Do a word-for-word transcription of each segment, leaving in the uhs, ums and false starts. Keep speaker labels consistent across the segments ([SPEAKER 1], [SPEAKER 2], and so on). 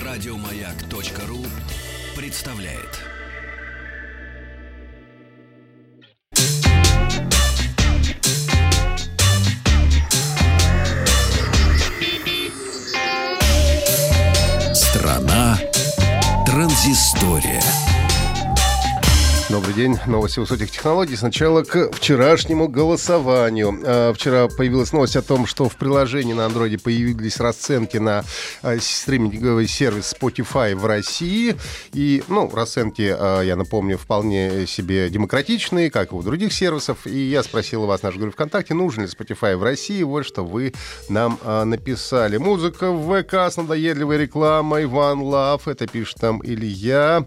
[SPEAKER 1] Радиомаяк.ру представляет. Страна транзистория.
[SPEAKER 2] Добрый день. Новости высоких технологий. Сначала к вчерашнему голосованию. А, вчера появилась новость о том, что в приложении на Android появились расценки на а, стриминговый сервис Spotify в России. И, ну, расценки, а, я напомню, вполне себе демократичные, как и у других сервисов. И я спросил вас, наш говорю, ВКонтакте, нужен ли Spotify в России. Вот что вы нам а, написали. Музыка в ВК с надоедливой рекламой. One Love. Это пишет там Илья.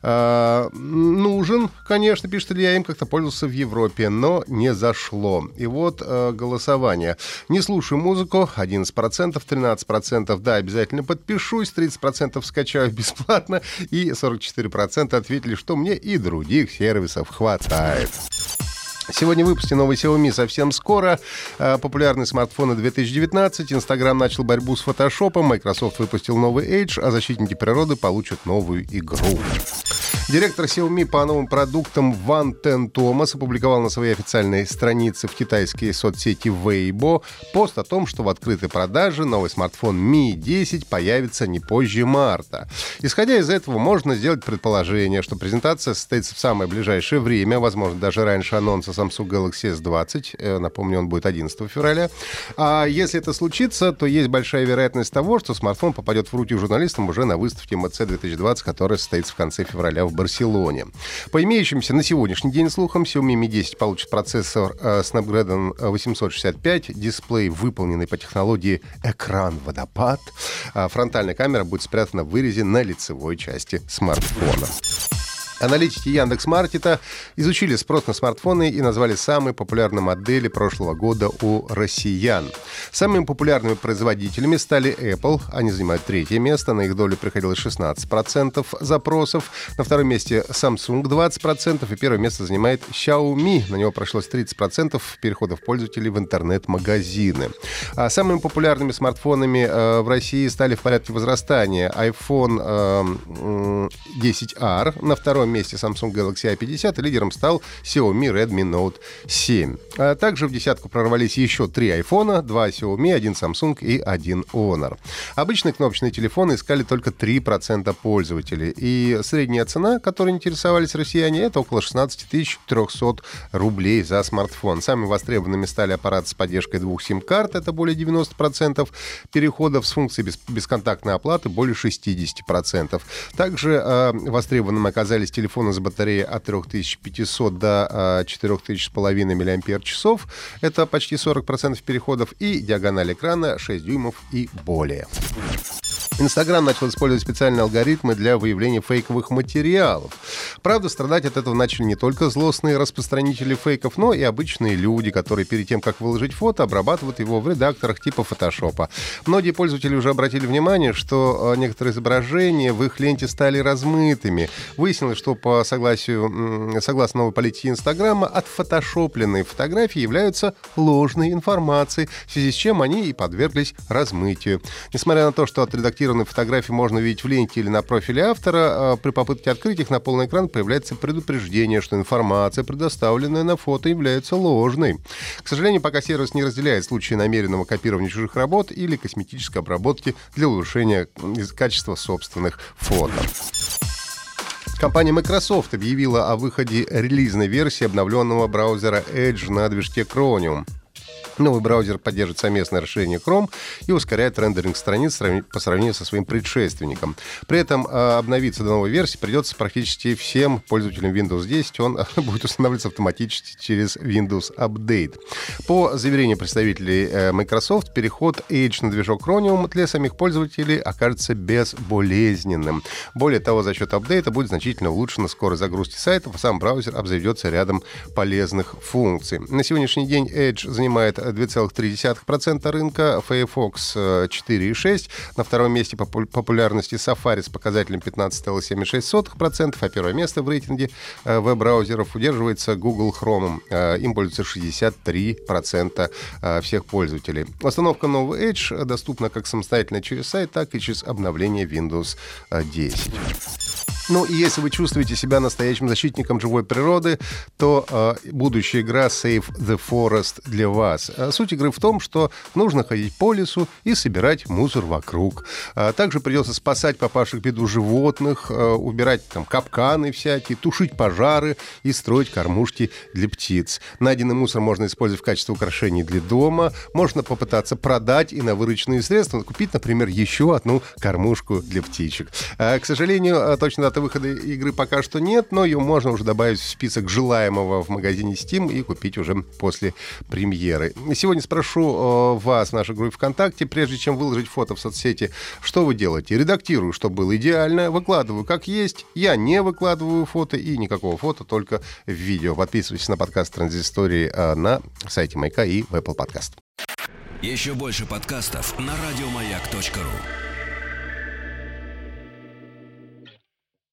[SPEAKER 2] А, нужен. Конечно, пишет Илья, им как-то пользовался в Европе, но не зашло. И вот э, голосование. Не слушаю музыку, одиннадцать процентов, тринадцать процентов, да, обязательно подпишусь, тридцать процентов скачаю бесплатно, и сорок четыре процента ответили, что мне и других сервисов хватает. Сегодня в выпуске новый Xiaomi совсем скоро. Популярные смартфоны две тысячи девятнадцать. Instagram начал борьбу с Photoshop. Microsoft выпустил новый Edge, а защитники природы получат новую игру. Директор Xiaomi по новым продуктам Ван Тен Томас опубликовал на своей официальной странице в китайской соцсети Weibo пост о том, что в открытой продаже новый смартфон ми десять появится не позже марта. Исходя из этого, можно сделать предположение, что презентация состоится в самое ближайшее время, возможно, даже раньше анонса Samsung Galaxy эс двадцать. Напомню, он будет одиннадцатого февраля. А если это случится, то есть большая вероятность того, что смартфон попадет в руки журналистам уже на выставке эм си две тысячи двадцать, которая состоится в конце февраля в Барселоне. По имеющимся на сегодняшний день слухам, Xiaomi ми десять получит процессор э, Snapdragon восемьсот шестьдесят пять, дисплей, выполненный по технологии экран-водопад. А фронтальная камера будет спрятана в вырезе на лицевой части смартфона. Аналитики Яндекс.Маркета изучили спрос на смартфоны и назвали самые популярные модели прошлого года у россиян. Самыми популярными производителями стали Apple. Они занимают третье место. На их долю приходилось шестнадцать процентов запросов. На втором месте Samsung двадцать процентов. И первое место занимает Xiaomi. На него прошлось тридцать процентов переходов пользователей в интернет-магазины. А самыми популярными смартфонами э, в России стали в порядке возрастания iPhone э, десять ар. На втором месте Samsung Galaxy эй пятьдесят, и лидером стал Xiaomi Redmi Note семь. А также в десятку прорвались еще три айфона, два Xiaomi, один Samsung и один Honor. Обычные кнопочные телефоны искали только три процента пользователей. И средняя цена, которой интересовались россияне, это около шестнадцать тысяч триста рублей за смартфон. Самыми востребованными стали аппараты с поддержкой двух сим-карт, это более девяносто процентов переходов, с функцией бес- бесконтактной оплаты более шестьдесят процентов. Также э, востребованными оказались телефоны с батареей от три тысячи пятьсот до четыре тысячи пятьсот миллиампер-часов. Это почти сорок процентов переходов. И диагональ экрана шесть дюймов и более. Инстаграм начал использовать специальные алгоритмы для выявления фейковых материалов. Правда, страдать от этого начали не только злостные распространители фейков, но и обычные люди, которые перед тем, как выложить фото, обрабатывают его в редакторах типа фотошопа. Многие пользователи уже обратили внимание, что некоторые изображения в их ленте стали размытыми. Выяснилось, что по согласию, согласно новой политике Инстаграма, отфотошопленные фотографии являются ложной информацией, в связи с чем они и подверглись размытию. Несмотря на то, что отредактированы фотографии можно видеть в ленте или на профиле автора, при попытке открыть их на полный экран появляется предупреждение, что информация, предоставленная на фото, является ложной. К сожалению, пока сервис не разделяет случаи намеренного копирования чужих работ или косметической обработки для улучшения качества собственных фото. Компания Microsoft объявила о выходе релизной версии обновленного браузера Edge на движке Chromium. Новый браузер поддерживает совместное расширение Chrome и ускоряет рендеринг страниц по сравнению со своим предшественником. При этом обновиться до новой версии придется практически всем пользователям Windows десять. Он будет устанавливаться автоматически через Windows Update. По заверению представителей Microsoft, переход Edge на движок Chromium для самих пользователей окажется безболезненным. Более того, за счет апдейта будет значительно улучшена скорость загрузки сайтов, а сам браузер обзаведется рядом полезных функций. На сегодняшний день Edge занимает два целых три десятых процента рынка, Firefox четыре целых шесть десятых процента. На втором месте по популярности Safari с показателем пятнадцать целых семьдесят шесть сотых процента, а первое место в рейтинге веб-браузеров удерживается Google Chrome. Им пользуется шестьдесят три процента всех пользователей. Установка нового Edge доступна как самостоятельно через сайт, так и через обновление Windows десять. Ну и если вы чувствуете себя настоящим защитником живой природы, то э, будущая игра Save the Forest для вас. А суть игры в том, что нужно ходить по лесу и собирать мусор вокруг. А также придется спасать попавших в беду животных, э, убирать там капканы всякие, тушить пожары и строить кормушки для птиц. Найденный мусор можно использовать в качестве украшений для дома. Можно попытаться продать и на вырученные средства купить, например, еще одну кормушку для птичек. А, к сожалению, точно даты выхода игры пока что нет, но ее можно уже добавить в список желаемого в магазине Steam и купить уже после премьеры. Сегодня спрошу э, вас в нашей группе ВКонтакте, прежде чем выложить фото в соцсети, что вы делаете? Редактирую, чтобы было идеально, выкладываю как есть, я не выкладываю фото и никакого фото, только в видео. Подписывайтесь на подкаст Транзистории э, на сайте Маяка и в Apple Podcast.
[SPEAKER 1] Еще больше подкастов на радиомаяк точка ру.